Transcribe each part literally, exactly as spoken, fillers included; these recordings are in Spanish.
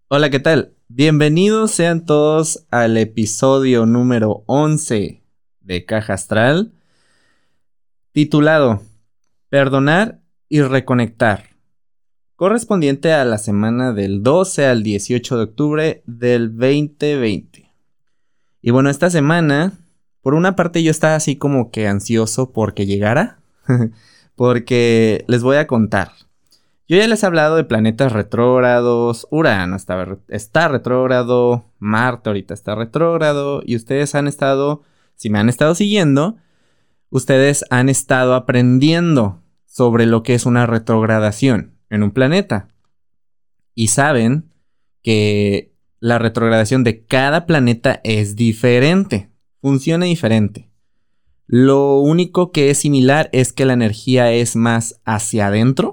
Hola, ¿qué tal? Bienvenidos sean todos al episodio número once de Caja Astral, titulado Perdonar y Reconectar, correspondiente a la semana del doce al dieciocho de octubre del veinte veinte. Y bueno, esta semana, por una parte yo estaba así como que ansioso porque llegara, porque les voy a contar. Yo ya les he hablado de planetas retrógrados, Urano está, está retrógrado, Marte ahorita está retrógrado, y ustedes han estado, si me han estado siguiendo, ustedes han estado aprendiendo sobre lo que es una retrogradación en un planeta. Y saben que la retrogradación de cada planeta es diferente, funciona diferente. Lo único que es similar es que la energía es más hacia adentro.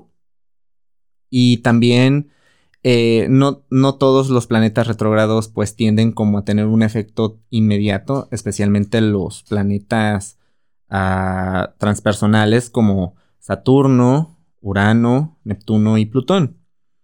Y también eh, no, no todos los planetas retrógrados pues tienden como a tener un efecto inmediato, especialmente los planetas uh, transpersonales como Saturno, Urano, Neptuno y Plutón.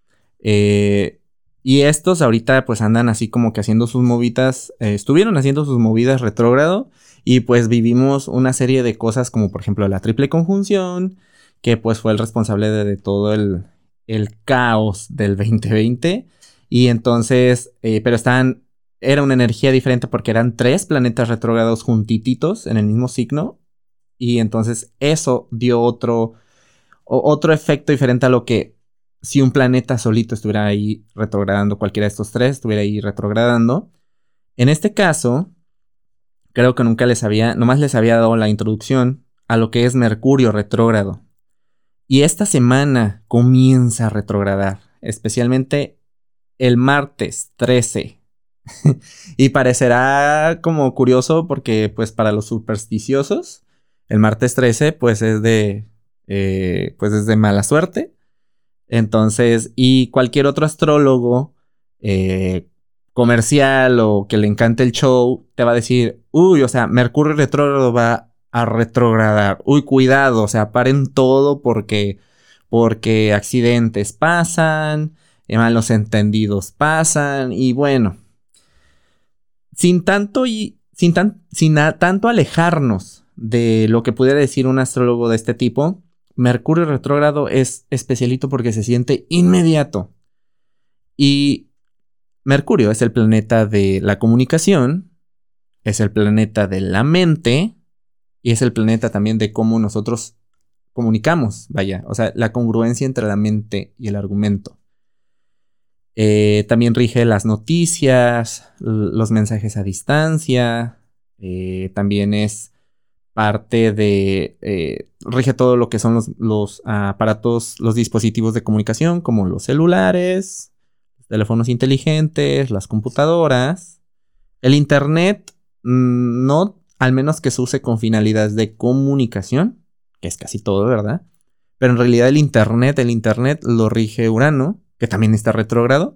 Eh, y estos ahorita pues andan así como que haciendo sus movidas, eh, estuvieron haciendo sus movidas retrógrado y pues vivimos una serie de cosas como por ejemplo la triple conjunción, que pues fue el responsable de, de todo el... el caos del veinte veinte. Y entonces, eh, pero estaban, era una energía diferente porque eran tres planetas retrógrados juntititos en el mismo signo. Y entonces eso dio otro, o, otro efecto diferente a lo que si un planeta solito estuviera ahí retrogradando, cualquiera de estos tres estuviera ahí retrogradando. En este caso, creo que nunca les había, nomás les había dado la introducción a lo que es Mercurio retrógrado. Y esta semana comienza a retrogradar, especialmente el martes trece. Y parecerá como curioso porque pues para los supersticiosos, el martes trece pues es de, eh, pues es de mala suerte. Entonces, y cualquier otro astrólogo eh, comercial o que le encante el show, te va a decir, uy, o sea, Mercurio retrógrado va a retrogradar. Uy, cuidado, o sea, paren todo porque, porque accidentes pasan, malos entendidos pasan, y bueno, sin tanto y sin, tan, sin a, tanto alejarnos de lo que pudiera decir un astrólogo de este tipo, Mercurio retrógrado es especialito porque se siente inmediato. Y Mercurio es el planeta de la comunicación, es el planeta de la mente, y es el planeta también de cómo nosotros comunicamos, vaya, o sea, la congruencia entre la mente y el argumento. Eh, también rige las noticias, los mensajes a distancia, eh, también es parte de, eh, rige todo lo que son los, los aparatos, los dispositivos de comunicación, como los celulares, los teléfonos inteligentes, las computadoras, el internet, mmm, no, al menos que se use con finalidades de comunicación, que es casi todo, ¿verdad? Pero en realidad el internet, el internet lo rige Urano, que también está retrógrado.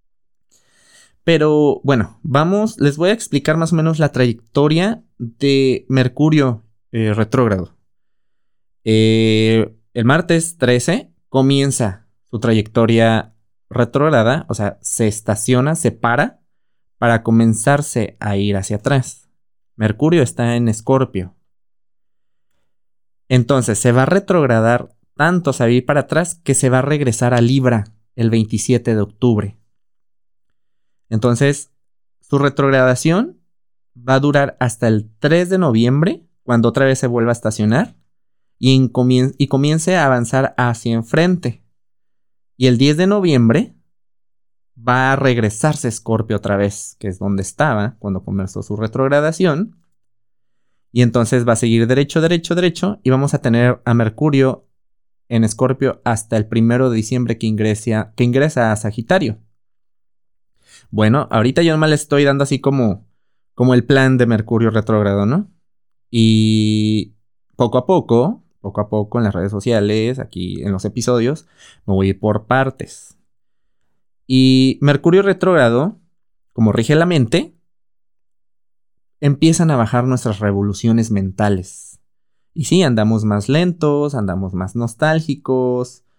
Pero bueno, vamos, les voy a explicar más o menos la trayectoria de Mercurio eh, retrógrado. Eh, el martes trece comienza su trayectoria retrógrada, o sea, se estaciona, se para para comenzarse a ir hacia atrás. Mercurio está en Escorpio. Entonces se va a retrogradar tanto, se va a ir para atrás, que se va a regresar a Libra el veintisiete de octubre. Entonces, su retrogradación va a durar hasta el tres de noviembre, cuando otra vez se vuelva a estacionar y, en comien- y comience a avanzar hacia enfrente. Y el diez de noviembre va a regresarse Escorpio otra vez, que es donde estaba cuando comenzó su retrogradación. Y entonces va a seguir derecho, derecho, derecho, y vamos a tener a Mercurio en Escorpio hasta el primero de diciembre que ingresa, que ingresa a Sagitario. Bueno, ahorita yo nomás le estoy dando así como, como el plan de Mercurio retrógrado, ¿no? Y poco a poco, poco a poco en las redes sociales, aquí en los episodios, me voy a ir por partes. Y Mercurio retrógrado, como rige la mente, empiezan a bajar nuestras revoluciones mentales. Y sí, andamos más lentos, andamos más nostálgicos,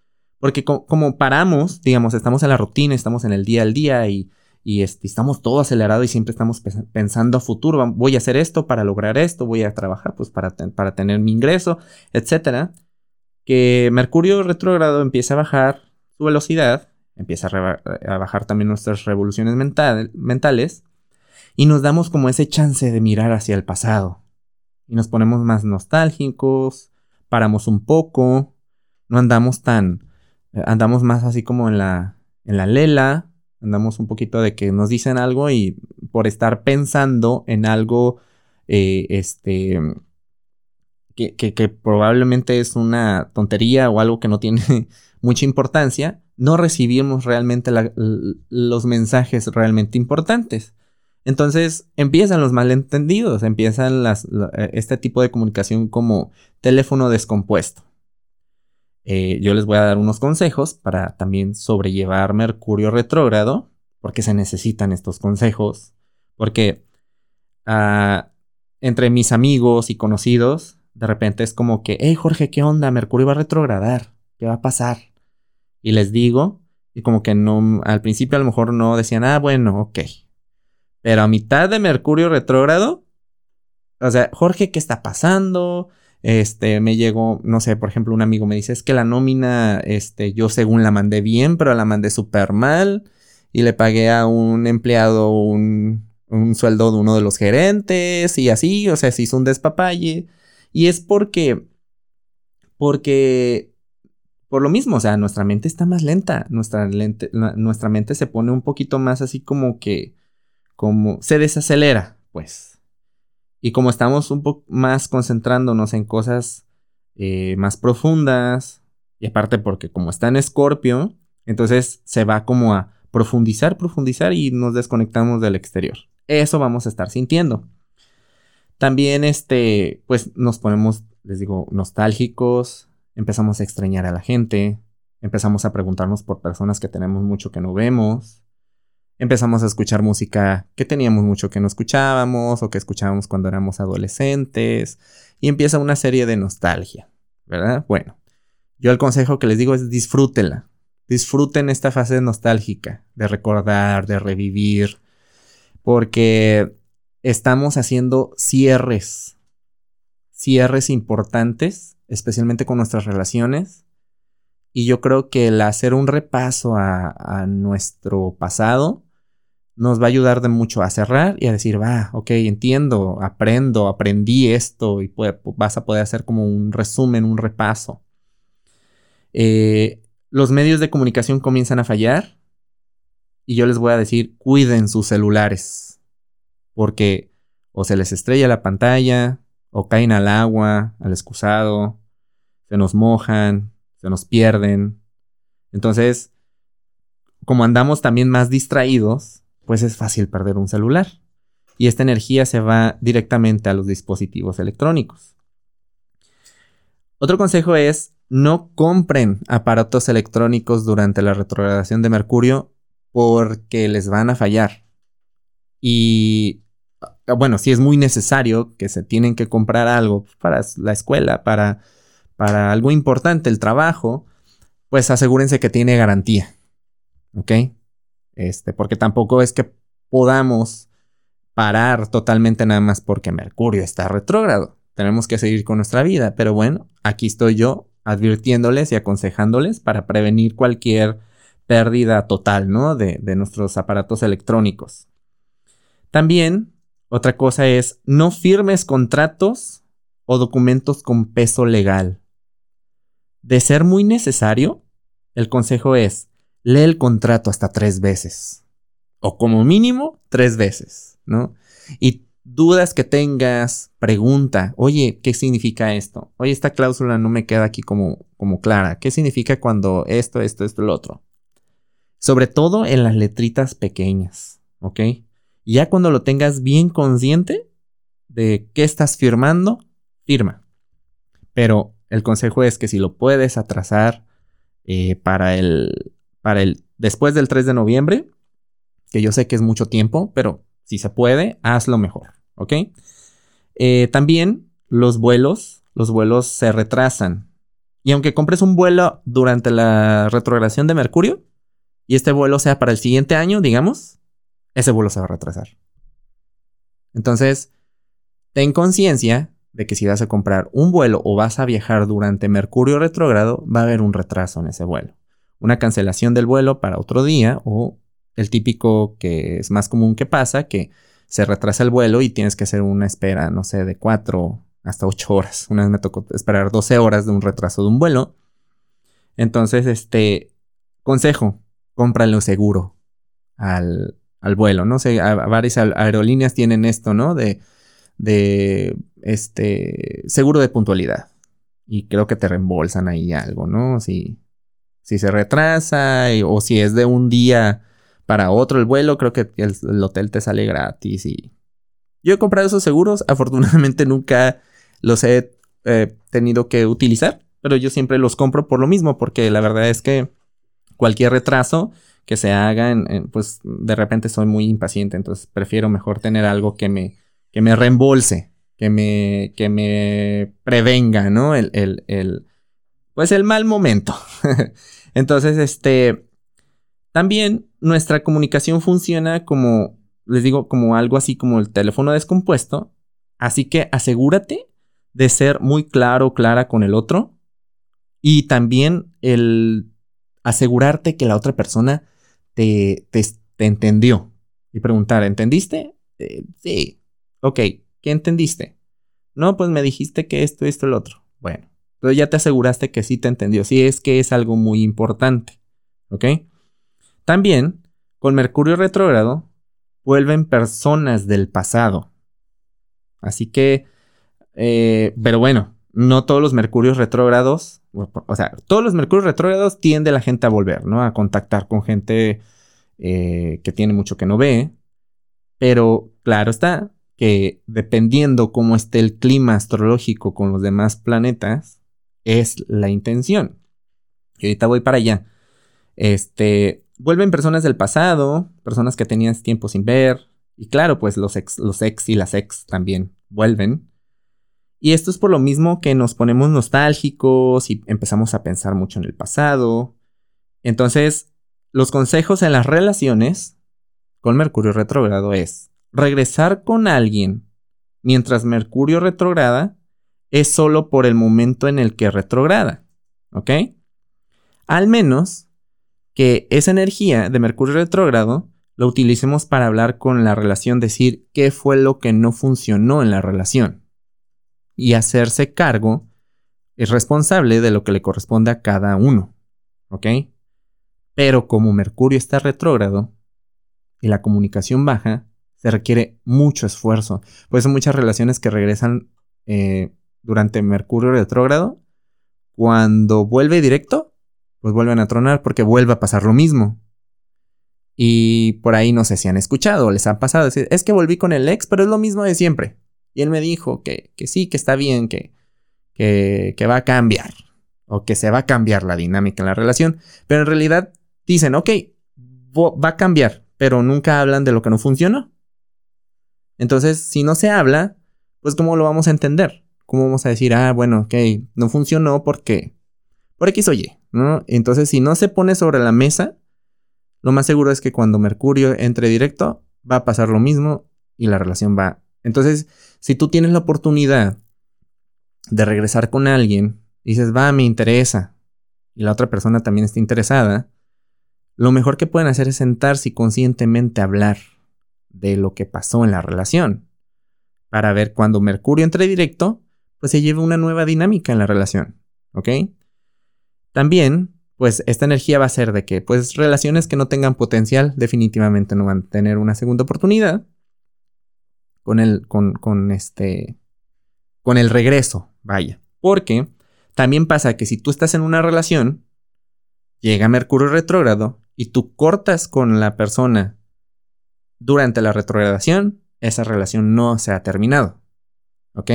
Porque co- como paramos, digamos, estamos en la rutina, estamos en el día al día y, y este, estamos todo acelerado y siempre estamos pe- pensando a futuro. vam- Voy a hacer esto para lograr esto, voy a trabajar pues para, ten- para tener mi ingreso, etcétera. Que Mercurio retrógrado empieza a bajar su velocidad, empieza a, reba- a bajar también nuestras revoluciones mental- mentales y nos damos como ese chance de mirar hacia el pasado. Y nos ponemos más nostálgicos, paramos un poco, no andamos tan, eh, andamos más así como en la, en la lela, andamos un poquito de que nos dicen algo y por estar pensando en algo, eh, este, que, que, que probablemente es una tontería o algo que no tiene mucha importancia, no recibimos realmente la, l- los mensajes realmente importantes. Entonces empiezan los malentendidos, empiezan las, la- eh, este tipo de comunicación como teléfono descompuesto. Eh, yo les voy a dar unos consejos para también sobrellevar Mercurio retrógrado, porque se necesitan estos consejos, porque ah, entre mis amigos y conocidos, de repente es como que, hey Jorge, ¿qué onda? Mercurio va a retrogradar, ¿qué va a pasar? Y les digo, y como que no, al principio a lo mejor no decían, ah, bueno, ok. Pero a mitad de Mercurio retrógrado, o sea, Jorge, ¿qué está pasando? Este, me llegó, no sé, por ejemplo, un amigo me dice, es que la nómina, este, yo según la mandé bien, pero la mandé súper mal y le pagué a un empleado un, un sueldo de uno de los gerentes y así, o sea, se hizo un despapalle. Y es porque, porque, por lo mismo, o sea, nuestra mente está más lenta, nuestra, lente, la- nuestra mente se pone un poquito más así como que, como, se desacelera, pues. Y como estamos un poco más concentrándonos en cosas eh, más profundas, y aparte porque como está en Escorpio, entonces se va como a profundizar, profundizar y nos desconectamos del exterior. Eso vamos a estar sintiendo. También este, pues nos ponemos, les digo, nostálgicos, empezamos a extrañar a la gente, empezamos a preguntarnos por personas que tenemos mucho que no vemos. Empezamos a escuchar música que teníamos mucho que no escuchábamos o que escuchábamos cuando éramos adolescentes y empieza una serie de nostalgia, ¿verdad? Bueno, yo el consejo que les digo es disfrútenla. Disfruten esta fase nostálgica de recordar, de revivir, porque estamos haciendo cierres, cierres importantes, especialmente con nuestras relaciones. Y yo creo que el hacer un repaso a, a nuestro pasado nos va a ayudar de mucho a cerrar y a decir, va, ok, entiendo, aprendo, aprendí esto y puede, vas a poder hacer como un resumen, un repaso. Eh, los medios de comunicación comienzan a fallar y yo les voy a decir, cuiden sus celulares porque o se les estrella la pantalla o caen al agua, al excusado, se nos mojan, se nos pierden. Entonces, como andamos también más distraídos, pues es fácil perder un celular. Y esta energía se va directamente a los dispositivos electrónicos. Otro consejo es no compren aparatos electrónicos durante la retrogradación de Mercurio porque les van a fallar. Y bueno, si es muy necesario que se tienen que comprar algo para la escuela, para, para algo importante, el trabajo, pues asegúrense que tiene garantía. ¿Ok? Este, porque tampoco es que podamos parar totalmente nada más porque Mercurio está retrógrado. Tenemos que seguir con nuestra vida, pero bueno, aquí estoy yo advirtiéndoles y aconsejándoles para prevenir cualquier pérdida total, ¿no? De, de nuestros aparatos electrónicos. También, otra cosa es, no firmes contratos o documentos con peso legal. De ser muy necesario, el consejo es, lee el contrato hasta tres veces. O como mínimo, tres veces, ¿no? Y dudas que tengas, pregunta, oye, ¿qué significa esto? Oye, esta cláusula no me queda aquí como, como clara. ¿Qué significa cuando esto, esto, esto, lo otro? Sobre todo en las letritas pequeñas, ¿ok? Y ya cuando lo tengas bien consciente de qué estás firmando, firma. Pero el consejo es que si lo puedes atrasar eh, para el, para el después del tres de noviembre, que yo sé que es mucho tiempo, pero si se puede, hazlo mejor, ¿ok? Eh, también los vuelos, los vuelos se retrasan. Y aunque compres un vuelo durante la retrogradación de Mercurio y este vuelo sea para el siguiente año, digamos, ese vuelo se va a retrasar. Entonces, ten conciencia de que si vas a comprar un vuelo o vas a viajar durante Mercurio retrógrado, va a haber un retraso en ese vuelo. Una cancelación del vuelo para otro día, o el típico que es más común que pasa, que se retrasa el vuelo y tienes que hacer una espera, no sé, de cuatro hasta ocho horas. Una vez me tocó esperar doce horas de un retraso de un vuelo. Entonces, este, consejo, cómprale un seguro al, al vuelo, ¿no? O sea, a, a varias aerolíneas tienen esto, ¿no? De, de, este, seguro de puntualidad. Y creo que te reembolsan ahí algo, ¿no? Si, si se retrasa y, o si es de un día para otro el vuelo, creo que el, el hotel te sale gratis. Y yo he comprado esos seguros. Afortunadamente nunca los he eh, tenido que utilizar, pero yo siempre los compro por lo mismo, porque la verdad es que cualquier retraso que se haga, en, en, pues de repente soy muy impaciente, entonces prefiero mejor tener algo que me, que me reembolse, que me, que me prevenga, ¿no? El, el, el, pues el mal momento. Entonces, este, también nuestra comunicación funciona como, les digo, como algo así como el teléfono descompuesto, así que asegúrate de ser muy claro o clara con el otro y también el asegurarte que la otra persona te, te, te entendió y preguntar, ¿entendiste? Eh, sí. Ok, ¿qué entendiste? No, pues me dijiste que esto, esto, el otro. Bueno, entonces ya te aseguraste que sí te entendió. Sí, es que es algo muy importante. ¿Ok? También, con Mercurio retrógrado, vuelven personas del pasado. Así que, eh, pero bueno, no todos los Mercurios retrógrados, o sea, todos los Mercurios retrógrados tiende la gente a volver, ¿no? A contactar con gente eh, que tiene mucho que no ve. Pero claro está que dependiendo cómo esté el clima astrológico con los demás planetas, es la intención. Y ahorita voy para allá. Este, vuelven personas del pasado, personas que tenías tiempo sin ver. Y claro, pues los ex, los ex y las ex también vuelven. Y esto es por lo mismo que nos ponemos nostálgicos y empezamos a pensar mucho en el pasado. Entonces, los consejos en las relaciones con Mercurio retrógrado es regresar con alguien mientras Mercurio retrograda es solo por el momento en el que retrograda, ¿ok? Al menos que esa energía de Mercurio retrógrado lo utilicemos para hablar con la relación, decir qué fue lo que no funcionó en la relación y hacerse cargo y responsable de lo que le corresponde a cada uno, ¿ok? Pero como Mercurio está retrógrado y la comunicación baja, se requiere mucho esfuerzo. Por eso muchas relaciones que regresan eh, durante Mercurio retrógrado, cuando vuelve directo, pues vuelven a tronar porque vuelve a pasar lo mismo. Y por ahí no sé si han escuchado o les ha pasado decir, es que volví con el ex, pero es lo mismo de siempre. Y él me dijo que, que sí, que está bien, que, que, que va a cambiar. O que se va a cambiar la dinámica en la relación. Pero en realidad dicen, ok, va a cambiar, pero nunca hablan de lo que no funcionó. Entonces, si no se habla, pues ¿cómo lo vamos a entender? ¿Cómo vamos a decir, ah, bueno, ok, no funcionó porque por X o Y, ¿no? Entonces, si no se pone sobre la mesa, lo más seguro es que cuando Mercurio entre directo, va a pasar lo mismo y la relación va. Entonces, si tú tienes la oportunidad de regresar con alguien, dices, va, me interesa, y la otra persona también está interesada, lo mejor que pueden hacer es sentarse y conscientemente hablar de lo que pasó en la relación, para ver cuando Mercurio entre directo, pues se lleve una nueva dinámica en la relación, ¿ok? También, pues esta energía va a ser de que, pues relaciones que no tengan potencial definitivamente no van a tener una segunda oportunidad con el, con, con este, con el regreso, vaya. Porque también pasa que si tú estás en una relación, llega Mercurio retrógrado y tú cortas con la persona durante la retrogradación, esa relación no se ha terminado, ¿ok?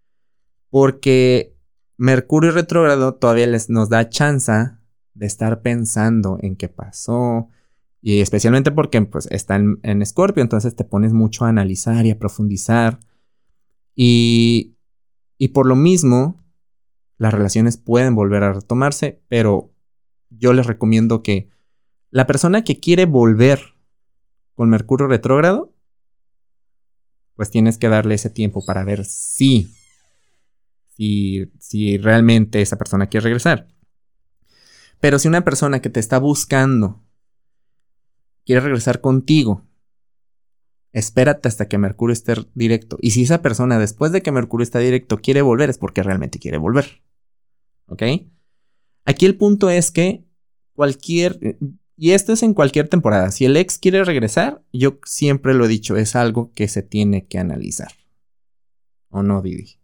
Porque Mercurio retrógrado todavía les, nos da chance de estar pensando en qué pasó, y especialmente porque pues, está en, en Escorpio, entonces te pones mucho a analizar y a profundizar, y, y por lo mismo las relaciones pueden volver a retomarse, pero yo les recomiendo que la persona que quiere volver con Mercurio retrógrado, pues tienes que darle ese tiempo para ver si, si, si realmente esa persona quiere regresar. Pero si una persona que te está buscando quiere regresar contigo, espérate hasta que Mercurio esté directo. Y si esa persona, después de que Mercurio está directo, quiere volver, es porque realmente quiere volver. ¿Ok? Aquí el punto es que cualquier... Y esto es en cualquier temporada. Si el ex quiere regresar, yo siempre lo he dicho, es algo que se tiene que analizar. ¿O no, Didi?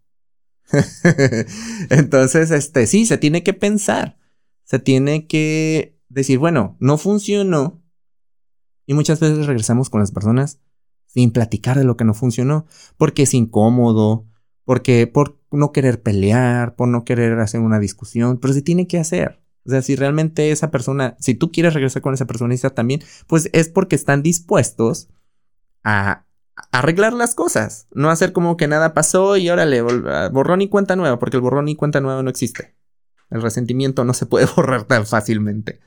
Entonces, este, sí, se tiene que pensar. Se tiene que decir, bueno, no funcionó. Y muchas veces regresamos con las personas sin platicar de lo que no funcionó. Porque es incómodo. Porque por no querer pelear. Por no querer hacer una discusión. Pero se tiene que hacer. O sea, si realmente esa persona, si tú quieres regresar con esa personista también, pues es porque están dispuestos a, a arreglar las cosas. No hacer como que nada pasó y órale, borrón y cuenta nueva, porque el borrón y cuenta nueva no existe. El resentimiento no se puede borrar tan fácilmente.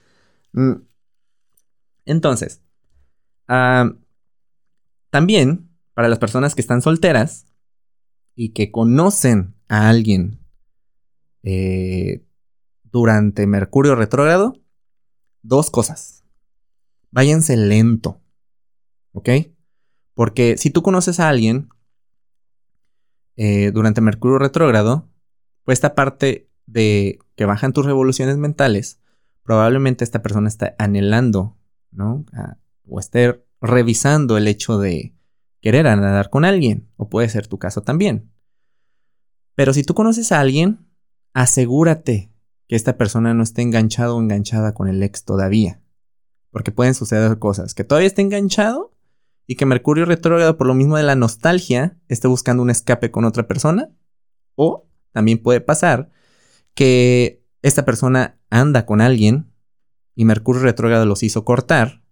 Entonces, uh, también para las personas que están solteras y que conocen a alguien eh, durante Mercurio retrógrado, dos cosas. Váyanse lento, ¿ok? Porque si tú conoces a alguien eh, durante Mercurio retrógrado, pues esta parte de que bajan tus revoluciones mentales, probablemente esta persona está anhelando, ¿no? A, o esté revisando el hecho de querer andar con alguien, o puede ser tu caso también. Pero si tú conoces a alguien, asegúrate que esta persona no esté enganchado o enganchada con el ex todavía. Porque pueden suceder cosas. Que todavía esté enganchado y que Mercurio retrógrado, por lo mismo de la nostalgia, esté buscando un escape con otra persona. O también puede pasar que esta persona anda con alguien y Mercurio retrógrado los hizo cortar.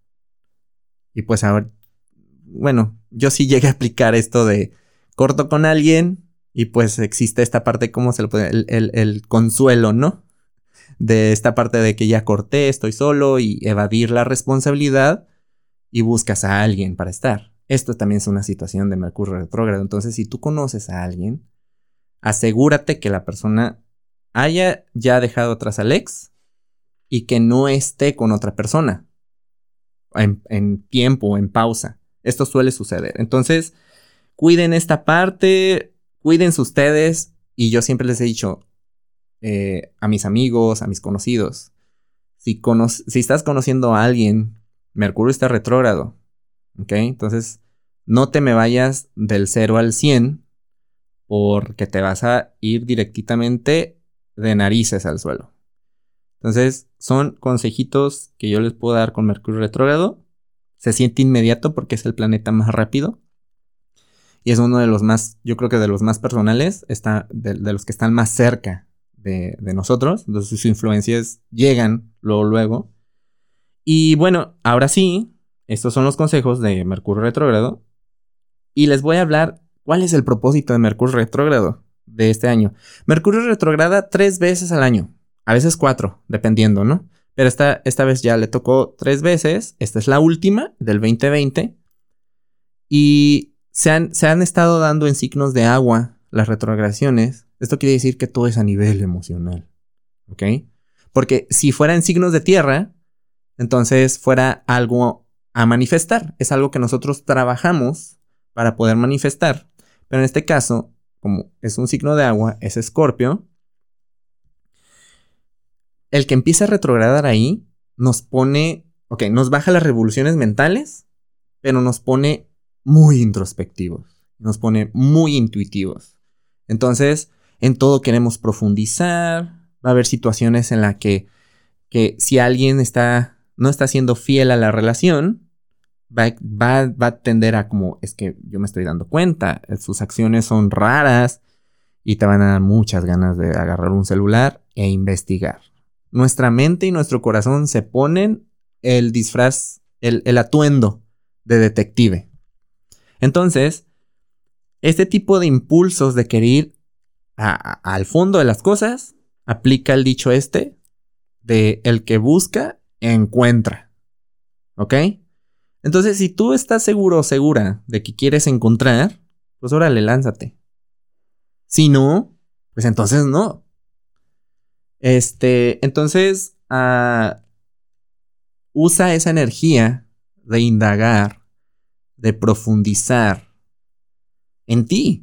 Y pues ahora, bueno, yo sí llegué a aplicar esto de corto con alguien y pues existe esta parte, ¿cómo se lo puede? El, el, el consuelo, ¿no? De esta parte de que ya corté, estoy solo y evadir la responsabilidad y buscas a alguien para estar. Esto también es una situación de Mercurio retrógrado. Entonces, si tú conoces a alguien, asegúrate que la persona haya ya dejado atrás al ex y que no esté con otra persona en, en tiempo, en pausa. Esto suele suceder. Entonces, cuiden esta parte, cuídense ustedes y yo siempre les he dicho, Eh, a mis amigos, a mis conocidos. Si, cono- si estás conociendo a alguien, Mercurio está retrógrado. ¿Ok? Entonces, no te me vayas del cero al cien porque te vas a ir directamente de narices al suelo. Entonces, son consejitos que yo les puedo dar con Mercurio retrógrado. Se siente inmediato porque es el planeta más rápido. Y es uno de los más, yo creo que de los más personales, está de, de los que están más cerca De, de nosotros. Entonces sus influencias llegan luego luego. Y bueno, ahora sí, estos son los consejos de Mercurio retrógrado. Y les voy a hablar cuál es el propósito de Mercurio retrógrado de este año. Mercurio retrograda tres veces al año. A veces cuatro, dependiendo, ¿no? Pero esta, esta vez ya le tocó tres veces. Esta es la última del veinte veinte. Y se han, se han estado dando en signos de agua las retrogradaciones. Esto quiere decir que todo es a nivel emocional, ¿ok? Porque si fuera en signos de tierra, entonces fuera algo a manifestar. Es algo que nosotros trabajamos para poder manifestar. Pero en este caso, como es un signo de agua, es Escorpio. El que empieza a retrogradar ahí nos pone, ok, nos baja las revoluciones mentales, pero nos pone muy introspectivos. Nos pone muy intuitivos. Entonces, en todo queremos profundizar. Va a haber situaciones en las que, que si alguien está, no está siendo fiel a la relación, va, va, va a tender a como, es que yo me estoy dando cuenta, sus acciones son raras y te van a dar muchas ganas de agarrar un celular e investigar. Nuestra mente y nuestro corazón se ponen el disfraz, el, el atuendo de detective. Entonces, este tipo de impulsos de querer ir a, a, al fondo de las cosas aplica el dicho este de el que busca, encuentra. ¿Ok? Entonces, si tú estás seguro o segura de que quieres encontrar, pues órale, lánzate. Si no, pues entonces no. Este, entonces, uh, usa esa energía de indagar, de profundizar en ti.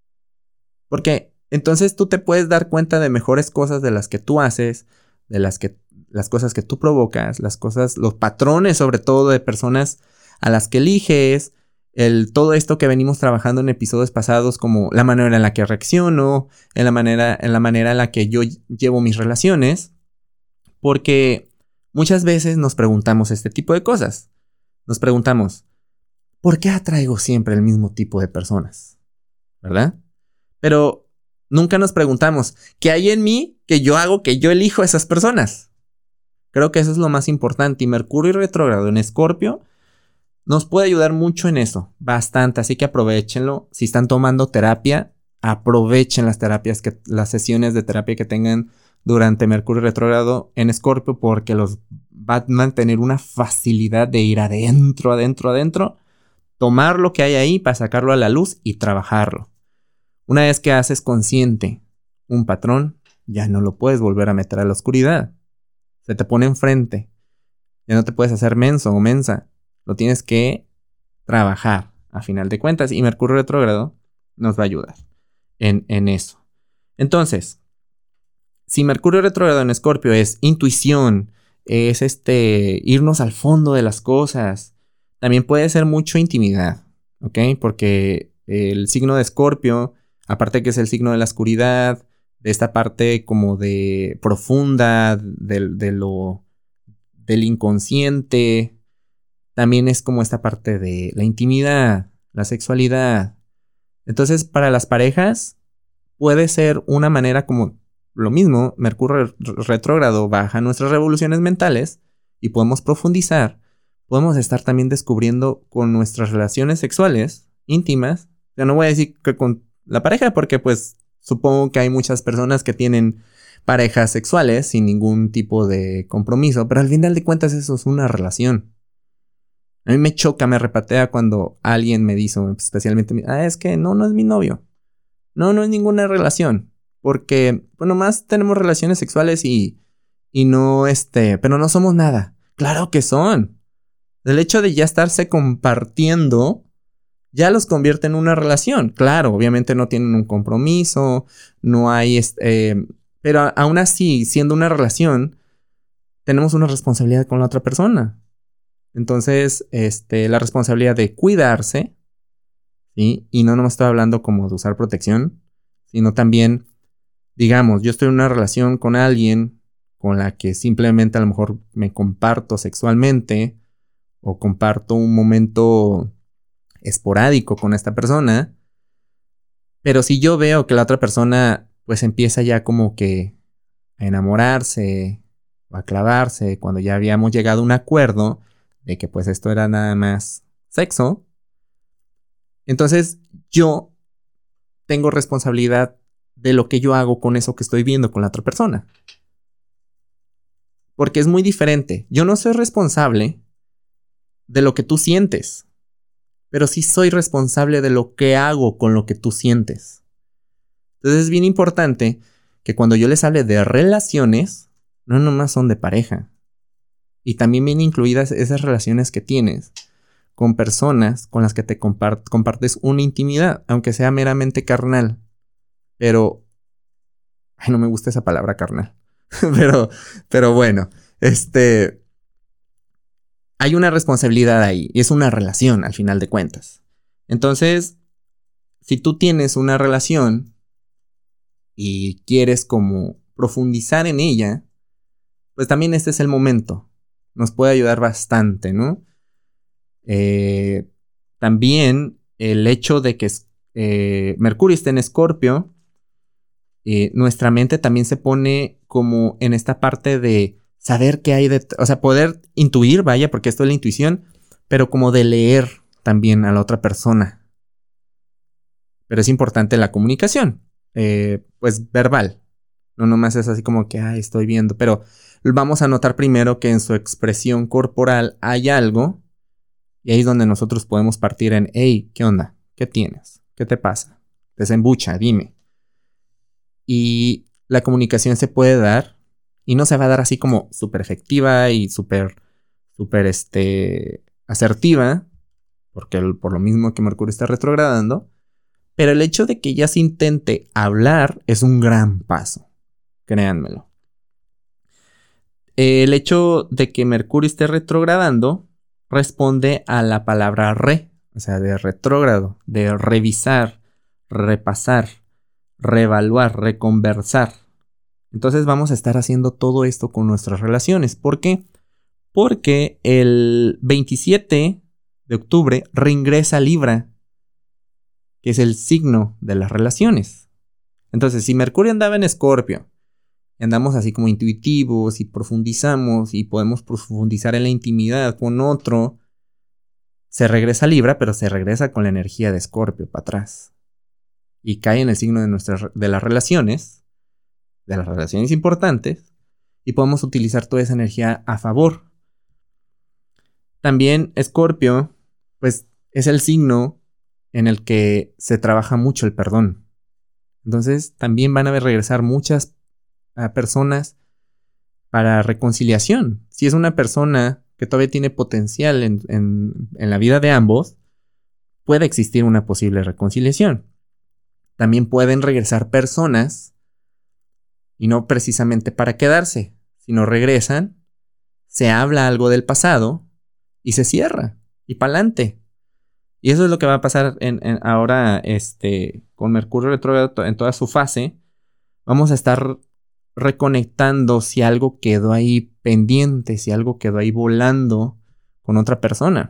Porque entonces tú te puedes dar cuenta de mejores cosas de las que tú haces, de las que las cosas que tú provocas, las cosas, los patrones sobre todo de personas a las que eliges, el, todo esto que venimos trabajando en episodios pasados, como la manera en la que reacciono, en la manera, en la manera en la que yo llevo mis relaciones, porque muchas veces nos preguntamos este tipo de cosas. Nos preguntamos, ¿por qué atraigo siempre el mismo tipo de personas? ¿Verdad? Pero nunca nos preguntamos, ¿qué hay en mí que yo hago, que yo elijo a esas personas? Creo que eso es lo más importante. Y Mercurio retrógrado en Escorpio nos puede ayudar mucho en eso, bastante. Así que aprovechenlo. Si están tomando terapia, aprovechen las terapias, que, las sesiones de terapia que tengan durante Mercurio retrógrado en Escorpio, porque los va a mantener una facilidad de ir adentro, adentro, adentro, tomar lo que hay ahí para sacarlo a la luz y trabajarlo. Una vez que haces consciente un patrón, ya no lo puedes volver a meter a la oscuridad. Se te pone enfrente. Ya no te puedes hacer menso o mensa. Lo tienes que trabajar a final de cuentas. Y Mercurio retrógrado nos va a ayudar en, en eso. Entonces, si Mercurio retrógrado en Escorpio es intuición, es este irnos al fondo de las cosas, también puede ser mucho intimidad, ¿ok? Porque el signo de Escorpio, aparte que es el signo de la oscuridad, de esta parte como de profunda, de, de lo, del inconsciente, también es como esta parte de la intimidad, la sexualidad. Entonces, para las parejas, puede ser una manera como lo mismo, Mercurio retrógrado baja nuestras revoluciones mentales y podemos profundizar. Podemos estar también descubriendo con nuestras relaciones sexuales íntimas. Yo no voy a decir que con la pareja, porque pues supongo que hay muchas personas que tienen parejas sexuales sin ningún tipo de compromiso, pero al final de cuentas eso es una relación. A mí me choca, me repatea cuando alguien me dice, especialmente, ah, es que no, no es mi novio. No, no es ninguna relación. Porque, bueno, más tenemos relaciones sexuales y, y no, este, pero no somos nada. Claro que son. El hecho de ya estarse compartiendo ya los convierte en una relación. Claro, obviamente no tienen un compromiso, no hay, este, eh, pero aún así, siendo una relación, tenemos una responsabilidad con la otra persona. Entonces, este, la responsabilidad de cuidarse, ¿sí? Y no nomás estoy hablando como de usar protección, sino también, digamos, yo estoy en una relación con alguien con la que simplemente a lo mejor me comparto sexualmente o comparto un momento esporádico con esta persona, pero si yo veo que la otra persona pues empieza ya como que a enamorarse o a clavarse cuando ya habíamos llegado a un acuerdo de que pues esto era nada más sexo, entonces yo tengo responsabilidad de lo que yo hago con eso que estoy viendo con la otra persona. Porque es muy diferente. Yo no soy responsable de lo que tú sientes, pero sí soy responsable de lo que hago con lo que tú sientes. Entonces es bien importante que cuando yo les hable de relaciones, no nomás son de pareja. Y también vienen incluidas esas relaciones que tienes con personas con las que te compart- compartes una intimidad, aunque sea meramente carnal. Pero, ay, no me gusta esa palabra carnal. pero, pero bueno, este, hay una responsabilidad ahí y es una relación al final de cuentas. Entonces, si tú tienes una relación y quieres como profundizar en ella, pues también este es el momento. Nos puede ayudar bastante, ¿no? Eh, también el hecho de que eh, Mercurio esté en Escorpio, eh, nuestra mente también se pone como en esta parte de saber qué hay de, o sea, poder intuir, vaya, porque esto es la intuición, pero como de leer también a la otra persona. Pero es importante la comunicación, eh, pues verbal, No nomás es así como que, ay, estoy viendo. Pero vamos a notar primero que en su expresión corporal hay algo. Y ahí es donde nosotros podemos partir en, hey, ¿qué onda? ¿Qué tienes? ¿Qué te pasa? Desembucha, dime. Y la comunicación se puede dar. Y no se va a dar así como súper efectiva y súper, súper este, asertiva. Porque el, por lo mismo que Mercurio está retrogradando. Pero el hecho de que ya se intente hablar es un gran paso. Créanmelo. El hecho de que Mercurio esté retrogradando responde a la palabra re, o sea, de retrógrado, de revisar, repasar, reevaluar, reconversar. Entonces vamos a estar haciendo todo esto con nuestras relaciones. ¿Por qué? Porque el veintisiete de octubre reingresa Libra, que es el signo de las relaciones. Entonces, si Mercurio andaba en Escorpio, y andamos así como intuitivos y profundizamos y podemos profundizar en la intimidad con otro, se regresa a Libra, pero se regresa con la energía de Escorpio para atrás. Y cae en el signo de, nuestras, de las relaciones, de las relaciones importantes, y podemos utilizar toda esa energía a favor. También Escorpio, pues es el signo en el que se trabaja mucho el perdón. Entonces también van a ver regresar muchas a personas para reconciliación. Si es una persona que todavía tiene potencial en, en, en la vida de ambos, puede existir una posible reconciliación. También pueden regresar personas, y no precisamente para quedarse, sino regresan, se habla algo del pasado y se cierra, y pa'lante. Y eso es lo que va a pasar en, en ahora este, con Mercurio retrógrado en toda su fase. Vamos a estar reconectando si algo quedó ahí pendiente, si algo quedó ahí volando con otra persona.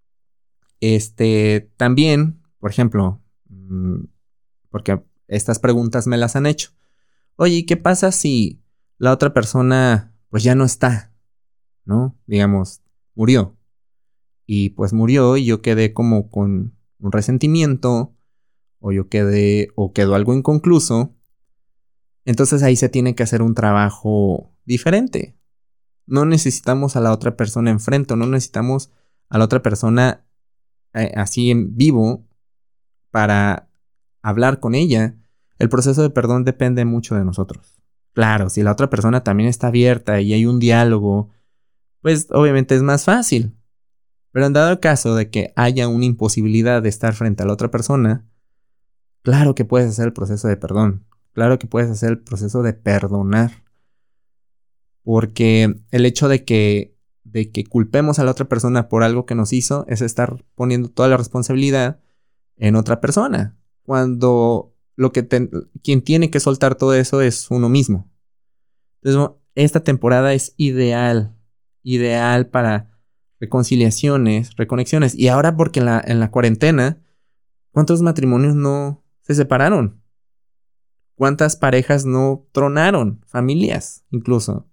Este, también, por ejemplo, porque estas preguntas me las han hecho. Oye, ¿qué pasa si la otra persona pues ya no está? ¿No? Digamos, murió. Y pues murió y yo quedé como con un resentimiento, o yo quedé, o quedó algo inconcluso. Entonces ahí se tiene que hacer un trabajo diferente. No necesitamos a la otra persona enfrente, no necesitamos a la otra persona eh, así en vivo para hablar con ella. El proceso de perdón depende mucho de nosotros. Claro, si la otra persona también está abierta y hay un diálogo, pues obviamente es más fácil. Pero en dado caso de que haya una imposibilidad de estar frente a la otra persona, claro que puedes hacer el proceso de perdón. Claro que puedes hacer el proceso de perdonar. Porque el hecho de que, de que culpemos a la otra persona por algo que nos hizo es estar poniendo toda la responsabilidad en otra persona. Cuando lo que te, quien tiene que soltar todo eso es uno mismo. Entonces, esta temporada es ideal. Ideal para reconciliaciones, reconexiones. Y ahora porque en la, en la cuarentena, ¿cuántos matrimonios no se separaron? ¿Cuántas parejas no tronaron? Familias, incluso.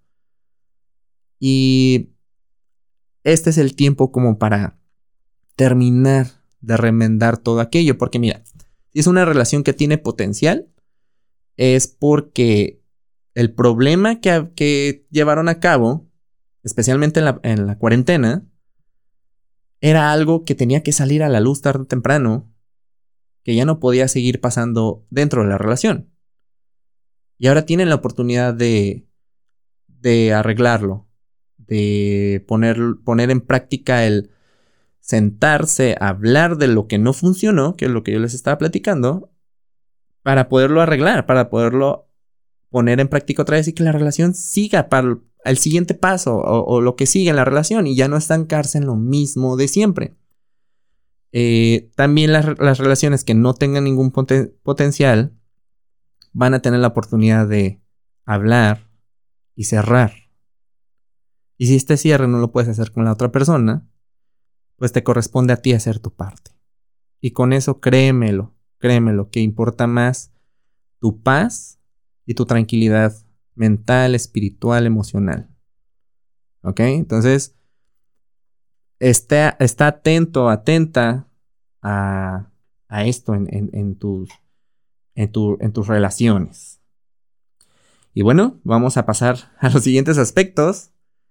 Y este es el tiempo como para terminar de remendar todo aquello. Porque mira, si es una relación que tiene potencial, es porque el problema que, que llevaron a cabo, especialmente en la, en la cuarentena, era algo que tenía que salir a la luz tarde o temprano, que ya no podía seguir pasando dentro de la relación. Y ahora tienen la oportunidad de, de arreglarlo, de poner, poner en práctica el sentarse, a hablar de lo que no funcionó, que es lo que yo les estaba platicando, para poderlo arreglar, para poderlo poner en práctica otra vez y que la relación siga para el siguiente paso o, o lo que sigue en la relación y ya no estancarse en lo mismo de siempre. Eh, también las, las relaciones que no tengan ningún poten- potencial van a tener la oportunidad de hablar y cerrar. Y si este cierre no lo puedes hacer con la otra persona, pues te corresponde a ti hacer tu parte. Y con eso créemelo, créemelo, que importa más tu paz y tu tranquilidad mental, espiritual, emocional. ¿Ok? Entonces, está, está atento, atenta a, a esto en, en, en, tus, en, tu, en tus relaciones. Y bueno, vamos a pasar a los siguientes aspectos.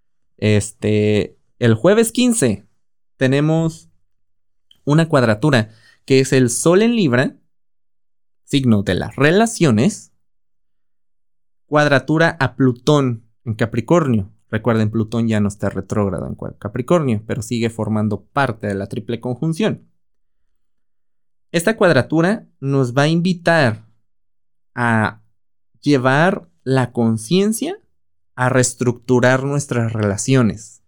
Este, el jueves quince tenemos una cuadratura que es el Sol en Libra, signo de las relaciones, cuadratura a Plutón en Capricornio. Recuerden, Plutón ya no está retrógrado en Capricornio, pero sigue formando parte de la triple conjunción. Esta cuadratura nos va a invitar a llevar la conciencia a reestructurar nuestras relaciones.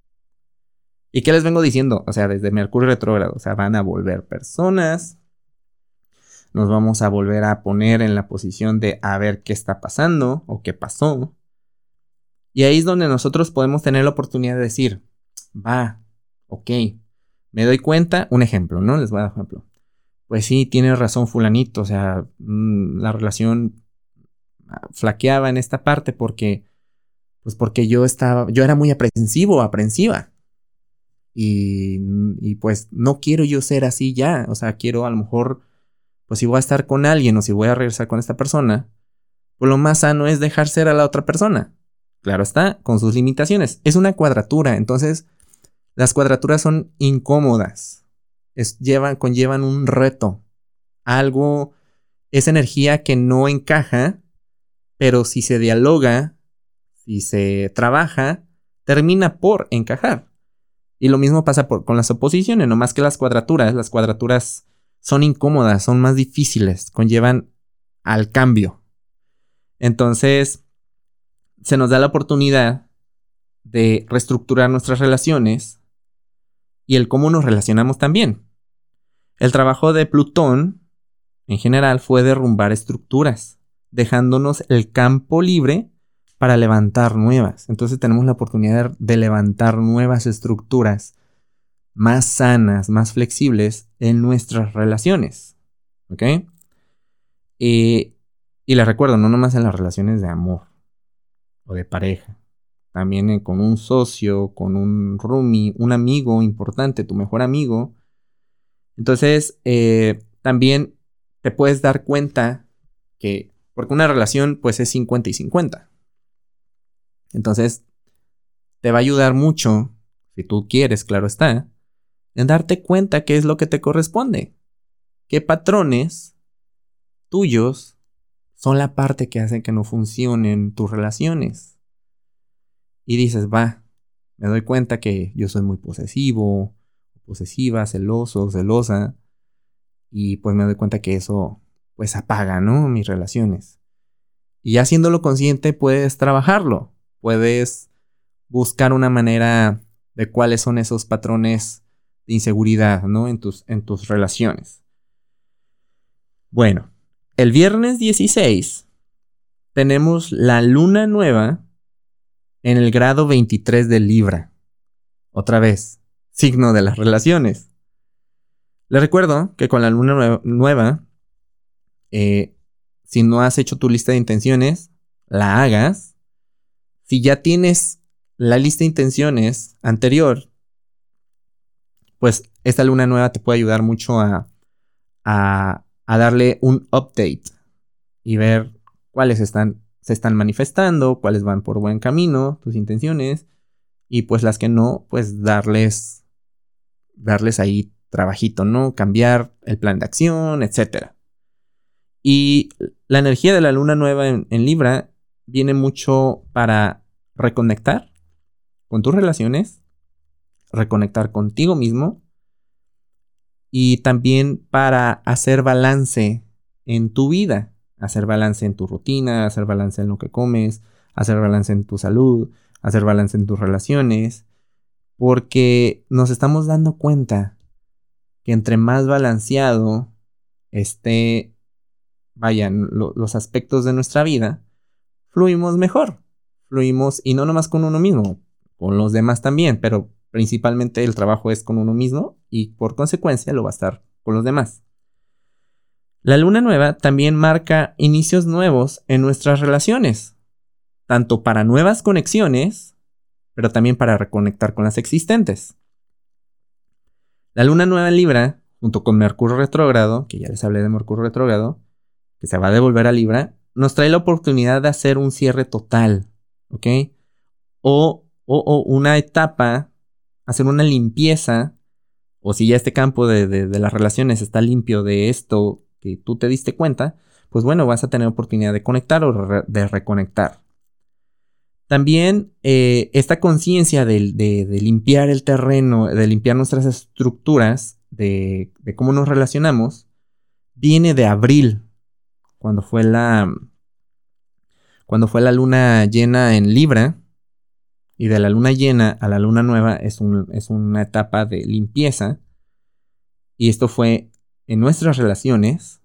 ¿Y qué les vengo diciendo? O sea, desde Mercurio retrógrado, o sea, van a volver personas, nos vamos a volver a poner en la posición de a ver qué está pasando o qué pasó. Y ahí es donde nosotros podemos tener la oportunidad de decir, va, ok, me doy cuenta, un ejemplo, ¿no? Les voy a dar un ejemplo. Pues sí, tiene razón fulanito, o sea, mmm, la relación flaqueaba en esta parte porque, pues porque yo estaba, yo era muy aprensivo, aprensiva. Y, y pues no quiero yo ser así ya, o sea, quiero a lo mejor, pues si voy a estar con alguien o si voy a regresar con esta persona, pues lo más sano es dejar ser a la otra persona. Claro está, con sus limitaciones. Es una cuadratura, entonces las cuadraturas son incómodas. Es, llevan, conllevan un reto. Algo, esa energía que no encaja, pero si se dialoga, si se trabaja, termina por encajar. Y lo mismo pasa por, con las oposiciones, no más que las cuadraturas. Las cuadraturas son incómodas, son más difíciles, conllevan al cambio. Entonces, se nos da la oportunidad de reestructurar nuestras relaciones y el cómo nos relacionamos también. El trabajo de Plutón, en general, fue derrumbar estructuras, dejándonos el campo libre para levantar nuevas. Entonces tenemos la oportunidad de levantar nuevas estructuras más sanas, más flexibles en nuestras relaciones. ¿Ok? Y, y les recuerdo, no nomás en las relaciones de amor o de pareja. También eh, con un socio, con un roomie, un amigo importante, tu mejor amigo. Entonces, eh, también te puedes dar cuenta que, porque una relación pues es cincuenta y cincuenta. Entonces, te va a ayudar mucho, si tú quieres, claro está, en darte cuenta qué es lo que te corresponde. Qué patrones tuyos son la parte que hace que no funcionen tus relaciones. Y dices, va, me doy cuenta que yo soy muy posesivo, posesiva, celoso, celosa. Y pues me doy cuenta que eso pues apaga, ¿no? Mis relaciones. Y ya siéndolo consciente puedes trabajarlo. Puedes buscar una manera de cuáles son esos patrones de inseguridad, ¿no? En tus, en tus relaciones. Bueno, el viernes dieciséis tenemos la luna nueva en el grado veintitrés de Libra. Otra vez, signo de las relaciones. Les recuerdo que con la luna nueva, eh, si no has hecho tu lista de intenciones, la hagas. Si ya tienes la lista de intenciones anterior, pues esta luna nueva te puede ayudar mucho a, a, a darle un update y ver cuáles están, se están manifestando, cuáles van por buen camino, tus intenciones, y pues las que no, pues darles, darles ahí trabajito, ¿no? Cambiar el plan de acción, etcétera. Y la energía de la luna nueva en, en Libra viene mucho para reconectar con tus relaciones, reconectar contigo mismo y también para hacer balance en tu vida, hacer balance en tu rutina, hacer balance en lo que comes, hacer balance en tu salud, hacer balance en tus relaciones, porque nos estamos dando cuenta que entre más balanceado esté, vayan lo, los aspectos de nuestra vida, fluimos mejor, fluimos y no nomás con uno mismo, con los demás también, pero principalmente el trabajo es con uno mismo y por consecuencia lo va a estar con los demás. La luna nueva también marca inicios nuevos en nuestras relaciones, tanto para nuevas conexiones, pero también para reconectar con las existentes. La luna nueva en Libra, junto con Mercurio retrógrado, que ya les hablé de Mercurio retrógrado, que se va a devolver a Libra, nos trae la oportunidad de hacer un cierre total, ¿ok? O, o, o una etapa, hacer una limpieza, o si ya este campo de, de, de las relaciones está limpio de esto que tú te diste cuenta, pues bueno, vas a tener oportunidad de conectar o re, de reconectar. También eh, esta conciencia de, de, de limpiar el terreno, de limpiar nuestras estructuras, de, de cómo nos relacionamos, viene de abril, cuando fue la, cuando fue la luna llena en Libra. Y de la luna llena a la luna nueva es, un, es una etapa de limpieza. Y esto fue en nuestras relaciones.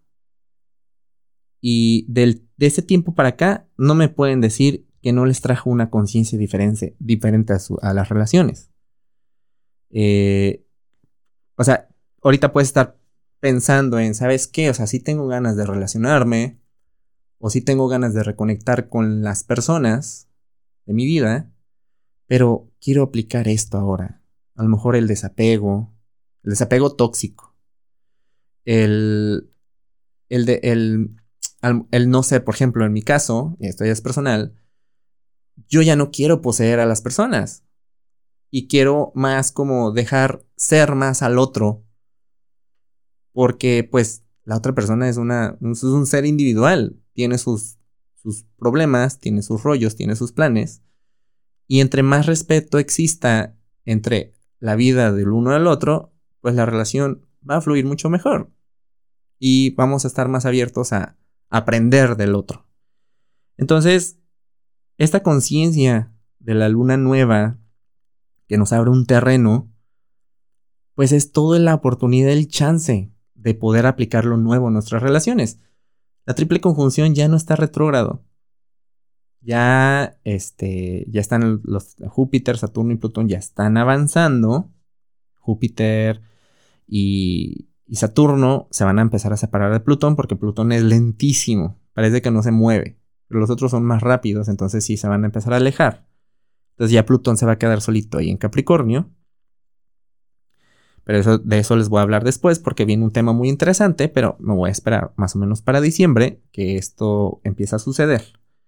Y del, de ese tiempo para acá no me pueden decir que no les trajo una conciencia diferente, diferente a, su, a las relaciones. Eh, o sea, ahorita puedes estar pensando en, ¿sabes qué? O sea, sí tengo ganas de relacionarme. O sí tengo ganas de reconectar con las personas de mi vida. Pero quiero aplicar esto ahora. A lo mejor el desapego. El desapego tóxico. El. El de. El, el, el no sé, por ejemplo, en mi caso, y esto ya es personal, yo ya no quiero poseer a las personas. Y quiero más como dejar ser más al otro. Porque, pues, la otra persona es una. Es un ser individual. Tiene sus, sus problemas, tiene sus rollos, tiene sus planes. Y entre más respeto exista entre la vida del uno al otro, pues la relación va a fluir mucho mejor. Y vamos a estar más abiertos a aprender del otro. Entonces, esta conciencia de la luna nueva que nos abre un terreno, pues es toda la oportunidad, el chance de poder aplicar lo nuevo en nuestras relaciones. La triple conjunción ya no está retrógrado. Ya, este, ya están los Júpiter, Saturno y Plutón ya están avanzando. Júpiter y, y Saturno se van a empezar a separar de Plutón porque Plutón es lentísimo. Parece que no se mueve. Pero los otros son más rápidos, entonces sí se van a empezar a alejar. Entonces ya Plutón se va a quedar solito ahí en Capricornio. Pero eso, de eso les voy a hablar después porque viene un tema muy interesante, pero me voy a esperar más o menos para diciembre que esto empiece a suceder.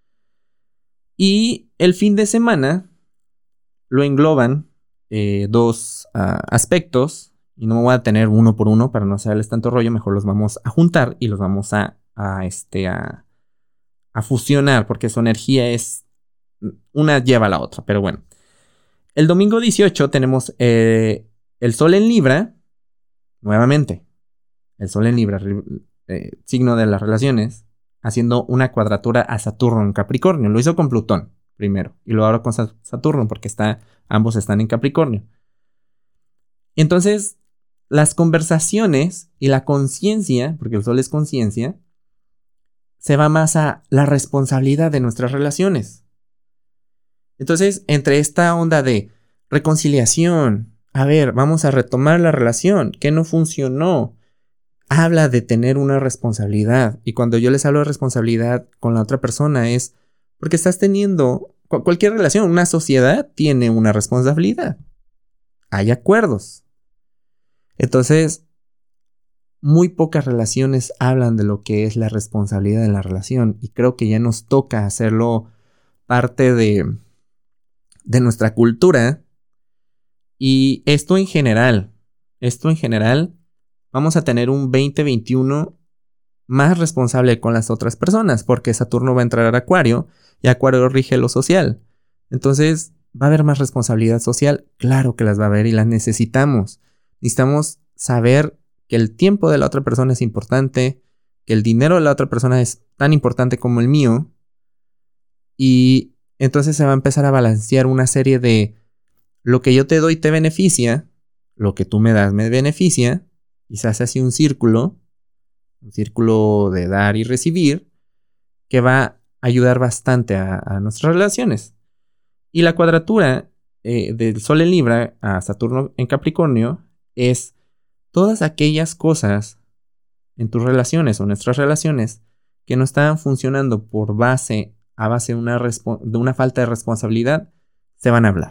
Y el fin de semana lo engloban eh, dos uh, aspectos. Y no me voy a tener uno por uno para no hacerles tanto rollo. Mejor los vamos a juntar y los vamos a, a, este, a, a fusionar. Porque su energía es... Una lleva a la otra. Pero bueno. El domingo dieciocho tenemos eh, el Sol en Libra. Nuevamente. El Sol en Libra. Eh, signo de las relaciones. Haciendo una cuadratura a Saturno en Capricornio. Lo hizo con Plutón primero. Y luego ahora con Saturno. Porque está, ambos están en Capricornio. Entonces, las conversaciones y la conciencia, porque el Sol es conciencia, se va más a la responsabilidad de nuestras relaciones. Entonces, entre esta onda de reconciliación, a ver, vamos a retomar la relación, ¿qué no funcionó? Habla de tener una responsabilidad. Y cuando yo les hablo de responsabilidad con la otra persona es porque estás teniendo, cualquier relación, una sociedad tiene una responsabilidad. Hay acuerdos. Entonces, muy pocas relaciones hablan de lo que es la responsabilidad de la relación. Y creo que ya nos toca hacerlo parte de, de nuestra cultura. Y esto en general, esto en general, vamos a tener un veinte veintiuno más responsable con las otras personas. Porque Saturno va a entrar a Acuario y Acuario rige lo social. Entonces, ¿va a haber más responsabilidad social? Claro que las va a haber y las necesitamos. Necesitamos saber que el tiempo de la otra persona es importante, que el dinero de la otra persona es tan importante como el mío. Y entonces se va a empezar a balancear una serie de lo que yo te doy te beneficia, lo que tú me das me beneficia, y se hace así un círculo, un círculo de dar y recibir, que va a ayudar bastante a, a nuestras relaciones. Y la cuadratura eh, del Sol en Libra a Saturno en Capricornio es todas aquellas cosas en tus relaciones o nuestras relaciones que no están funcionando por base a base de una, respo- de una falta de responsabilidad, se van a hablar.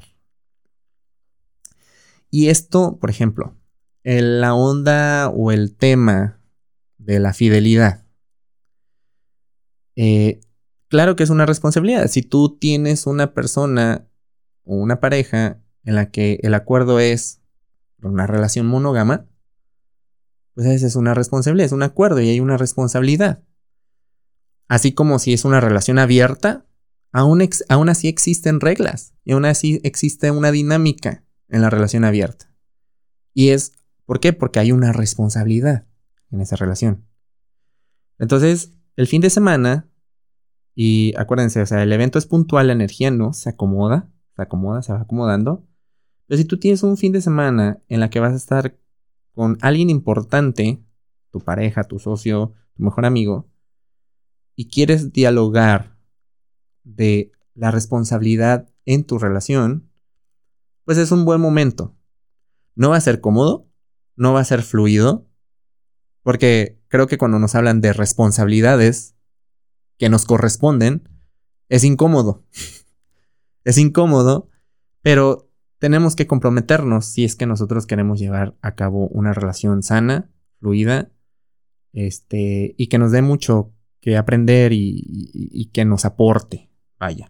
Y esto, por ejemplo, en la onda o el tema de la fidelidad. Eh, claro que es una responsabilidad. Si tú tienes una persona o una pareja en la que el acuerdo es una relación monógama, pues esa es una responsabilidad, es un acuerdo y hay una responsabilidad. Así como si es una relación abierta, aún, ex, aún así existen reglas y aún así existe una dinámica en la relación abierta. Y es, ¿por qué? Porque hay una responsabilidad en esa relación. Entonces, el fin de semana, y acuérdense, o sea, el evento es puntual, la energía no, se acomoda, se acomoda, se va acomodando. Pero si tú tienes un fin de semana en la que vas a estar con alguien importante, tu pareja, tu socio, tu mejor amigo, y quieres dialogar de la responsabilidad en tu relación, pues es un buen momento. No va a ser cómodo, no va a ser fluido, porque creo que cuando nos hablan de responsabilidades que nos corresponden, es incómodo. Es incómodo, pero tenemos que comprometernos si es que nosotros queremos llevar a cabo una relación sana, fluida, este, y que nos dé mucho que aprender y, y, y que nos aporte. Vaya.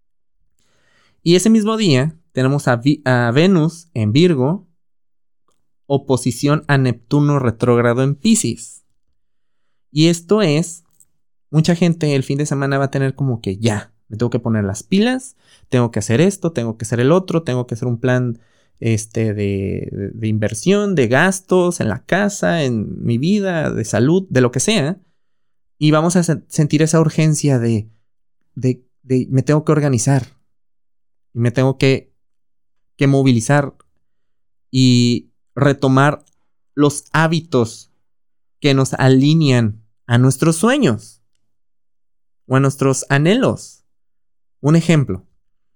Y ese mismo día tenemos a, Vi- a Venus en Virgo, oposición a Neptuno retrógrado en Piscis. Y esto es, mucha gente el fin de semana va a tener como que ya, me tengo que poner las pilas, tengo que hacer esto, tengo que hacer el otro, tengo que hacer un plan este, de, de, de inversión, de gastos en la casa, en mi vida, de salud, de lo que sea. Y vamos a se- sentir esa urgencia de, de, de me tengo que organizar y me tengo que, que movilizar y retomar los hábitos que nos alinean a nuestros sueños o a nuestros anhelos. Un ejemplo,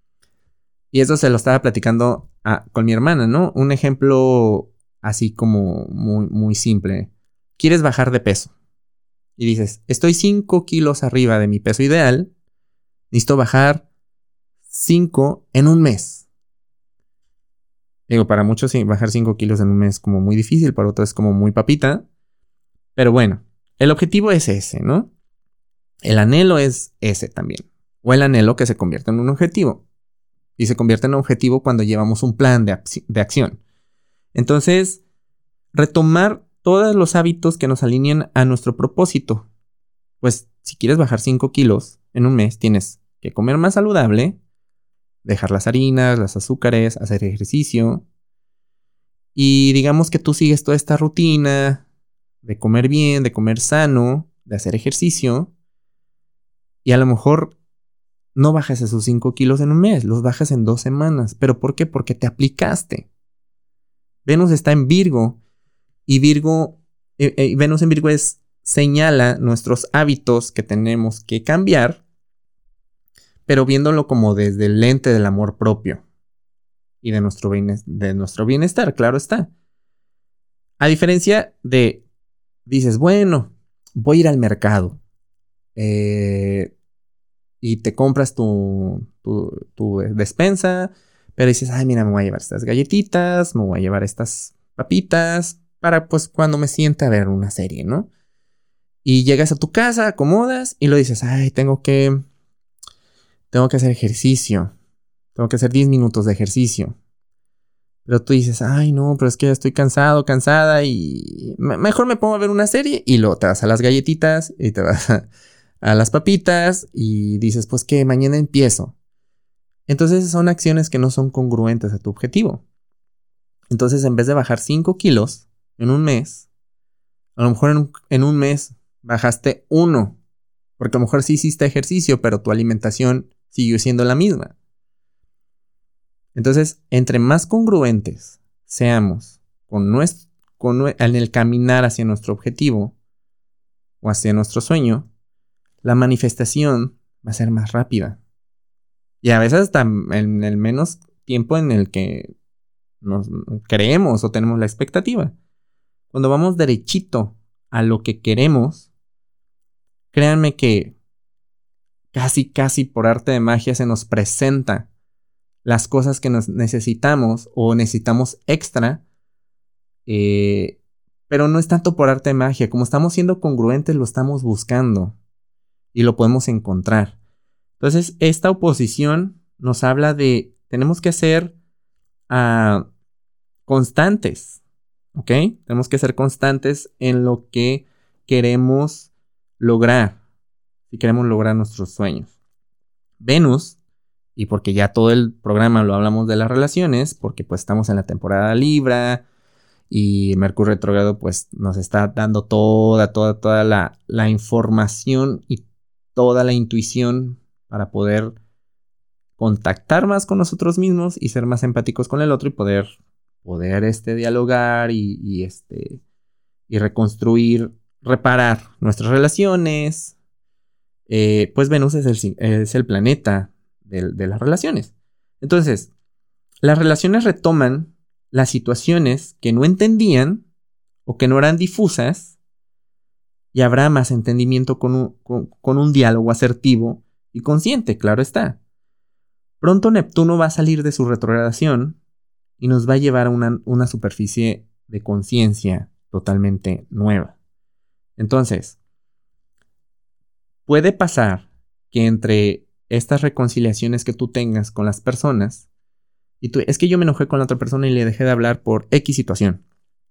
y eso se lo estaba platicando a, con mi hermana, ¿no? Un ejemplo así como muy, muy simple. Quieres bajar de peso y dices, estoy cinco kilos arriba de mi peso ideal, necesito bajar cinco en un mes. Digo, para muchos sí, bajar cinco kilos en un mes es como muy difícil, para otros es como muy papita. Pero bueno, el objetivo es ese, ¿no? El anhelo es ese también. O el anhelo que se convierte en un objetivo. Y se convierte en un objetivo cuando llevamos un plan de, acci- de acción. Entonces, retomar todos los hábitos que nos alinean a nuestro propósito. Pues, si quieres bajar cinco kilos en un mes, tienes que comer más saludable, dejar las harinas, los azúcares, hacer ejercicio. Y digamos que tú sigues toda esta rutina de comer bien, de comer sano, de hacer ejercicio. Y a lo mejor no bajas esos cinco kilos en un mes, los bajas en dos semanas. ¿Pero por qué? Porque te aplicaste. Venus está en Virgo y Virgo, eh, eh, Venus en Virgo es, señala nuestros hábitos que tenemos que cambiar, pero viéndolo como desde el lente del amor propio y de nuestro, bienes- de nuestro bienestar, claro está. A diferencia de, dices, bueno, voy a ir al mercado. Eh, y te compras tu, tu, tu despensa, pero dices, ay, mira, me voy a llevar estas galletitas, me voy a llevar estas papitas, para pues cuando me sienta a ver una serie, ¿no? Y llegas a tu casa, acomodas y lo dices, ay, tengo que, tengo que hacer ejercicio, tengo que hacer diez minutos de ejercicio. Pero tú dices, ay, no, pero es que ya estoy cansado, cansada y me- mejor me pongo a ver una serie y luego te vas a las galletitas y te vas a, a las papitas y dices, pues que mañana empiezo. Entonces son acciones que no son congruentes a tu objetivo. Entonces en vez de bajar cinco kilos en un mes, a lo mejor en un, en un mes bajaste uno. Porque a lo mejor sí hiciste ejercicio, pero tu alimentación siguió siendo la misma. Entonces, entre más congruentes seamos con nuestro, con, en el caminar hacia nuestro objetivo o hacia nuestro sueño, la manifestación va a ser más rápida. Y a veces hasta en el menos tiempo en el que nos creemos o tenemos la expectativa. Cuando vamos derechito a lo que queremos, créanme que casi, casi por arte de magia se nos presenta las cosas que nos necesitamos o necesitamos extra, eh, pero no es tanto por arte de magia. Como estamos siendo congruentes, lo estamos buscando y lo podemos encontrar. Entonces, esta oposición nos habla de, tenemos que ser uh, constantes, ¿ok? Tenemos que ser constantes en lo que queremos lograr, si queremos lograr nuestros sueños. Venus, y porque ya todo el programa lo hablamos de las relaciones, porque pues estamos en la temporada Libra, y Mercurio retrógrado pues nos está dando toda, toda, toda la, la información y toda la intuición para poder contactar más con nosotros mismos y ser más empáticos con el otro y poder, poder este, dialogar y, y, este, y reconstruir, reparar nuestras relaciones. Eh, pues Venus es el, es el planeta de, de las relaciones. Entonces, las relaciones retoman las situaciones que no entendían o que no eran difusas y habrá más entendimiento con un, con, con un diálogo asertivo y consciente, claro está. Pronto Neptuno va a salir de su retrogradación y nos va a llevar a una, una superficie de conciencia totalmente nueva. Entonces, puede pasar que entre estas reconciliaciones que tú tengas con las personas, y tú, es que yo me enojé con la otra persona y le dejé de hablar por X situación.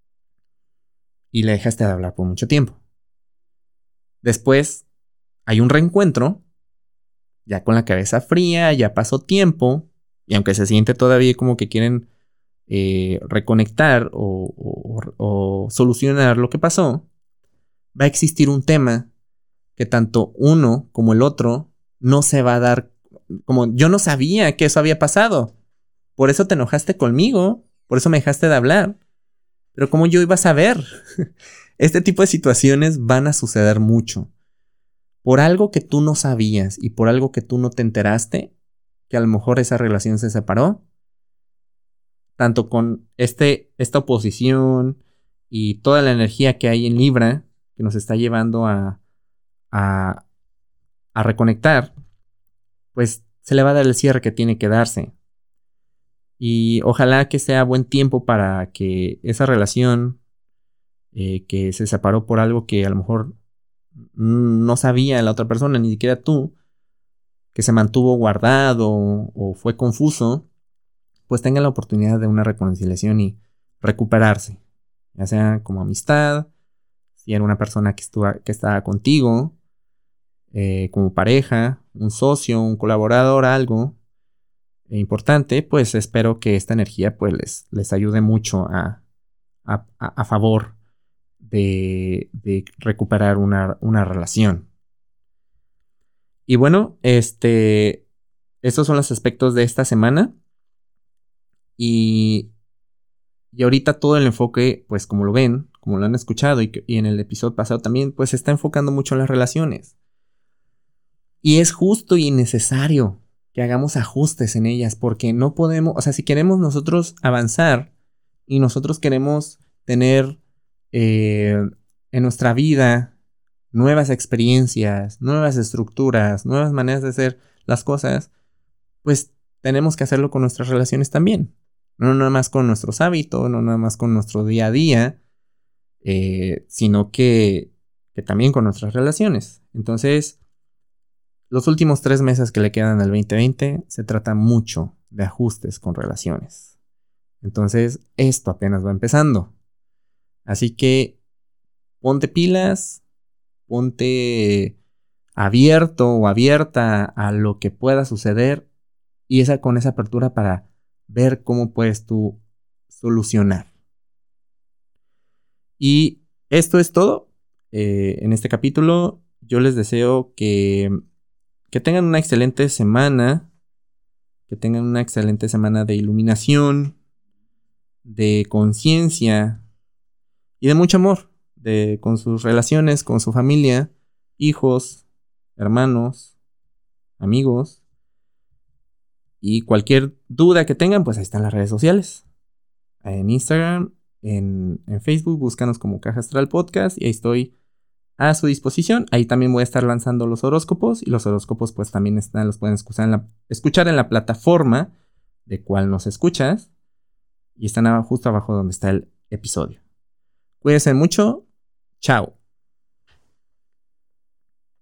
Y le dejaste de hablar por mucho tiempo. Después hay un reencuentro, ya con la cabeza fría, ya pasó tiempo, y aunque se siente todavía como que quieren eh, reconectar o, o, o solucionar lo que pasó, va a existir un tema que tanto uno como el otro no se va a dar, como yo no sabía que eso había pasado. Por eso te enojaste conmigo, por eso me dejaste de hablar. Pero ¿cómo yo iba a saber? Este tipo de situaciones van a suceder mucho. Por algo que tú no sabías y por algo que tú no te enteraste, que a lo mejor esa relación se separó, tanto con este, esta oposición y toda la energía que hay en Libra, que nos está llevando a, a, a reconectar, pues se le va a dar el cierre que tiene que darse. Y ojalá que sea buen tiempo para que esa relación eh, que se separó por algo que a lo mejor no sabía la otra persona, ni siquiera tú, que se mantuvo guardado o fue confuso, pues tenga la oportunidad de una reconciliación y recuperarse. Ya sea como amistad, si era una persona que, estuvo, que estaba contigo, eh, como pareja, un socio, un colaborador, algo importante, pues espero que esta energía pues les, les ayude mucho a, a, a favor de, de recuperar una, una relación. Y bueno, este, estos son los aspectos de esta semana. Y, y ahorita todo el enfoque, pues como lo ven, como lo han escuchado y, y en el episodio pasado también, pues se está enfocando mucho en las relaciones. Y es justo y necesario que hagamos ajustes en ellas, porque no podemos, o sea, si queremos nosotros avanzar y nosotros queremos tener eh, en nuestra vida nuevas experiencias, nuevas estructuras, nuevas maneras de hacer las cosas, pues tenemos que hacerlo con nuestras relaciones también. No nada más con nuestros hábitos, no nada más con nuestro día a día, eh, sino que, que también con nuestras relaciones. Entonces, los últimos tres meses que le quedan al veinte veinte se trata mucho de ajustes con relaciones. Entonces, esto apenas va empezando. Así que ponte pilas, ponte abierto o abierta a lo que pueda suceder y esa con esa apertura para ver cómo puedes tú solucionar. Y esto es todo. Eh, en este capítulo yo les deseo que Que tengan una excelente semana, que tengan una excelente semana de iluminación, de conciencia y de mucho amor, de, con sus relaciones, con su familia, hijos, hermanos, amigos. Y cualquier duda que tengan, pues ahí están las redes sociales. En Instagram, en, en Facebook, búscanos como Caja Astral Podcast y ahí estoy a su disposición. Ahí también voy a estar lanzando los horóscopos y los horóscopos pues también están, los pueden escuchar en la, escuchar en la plataforma de cual nos escuchas y están justo abajo donde está el episodio. Cuídense mucho. Chao.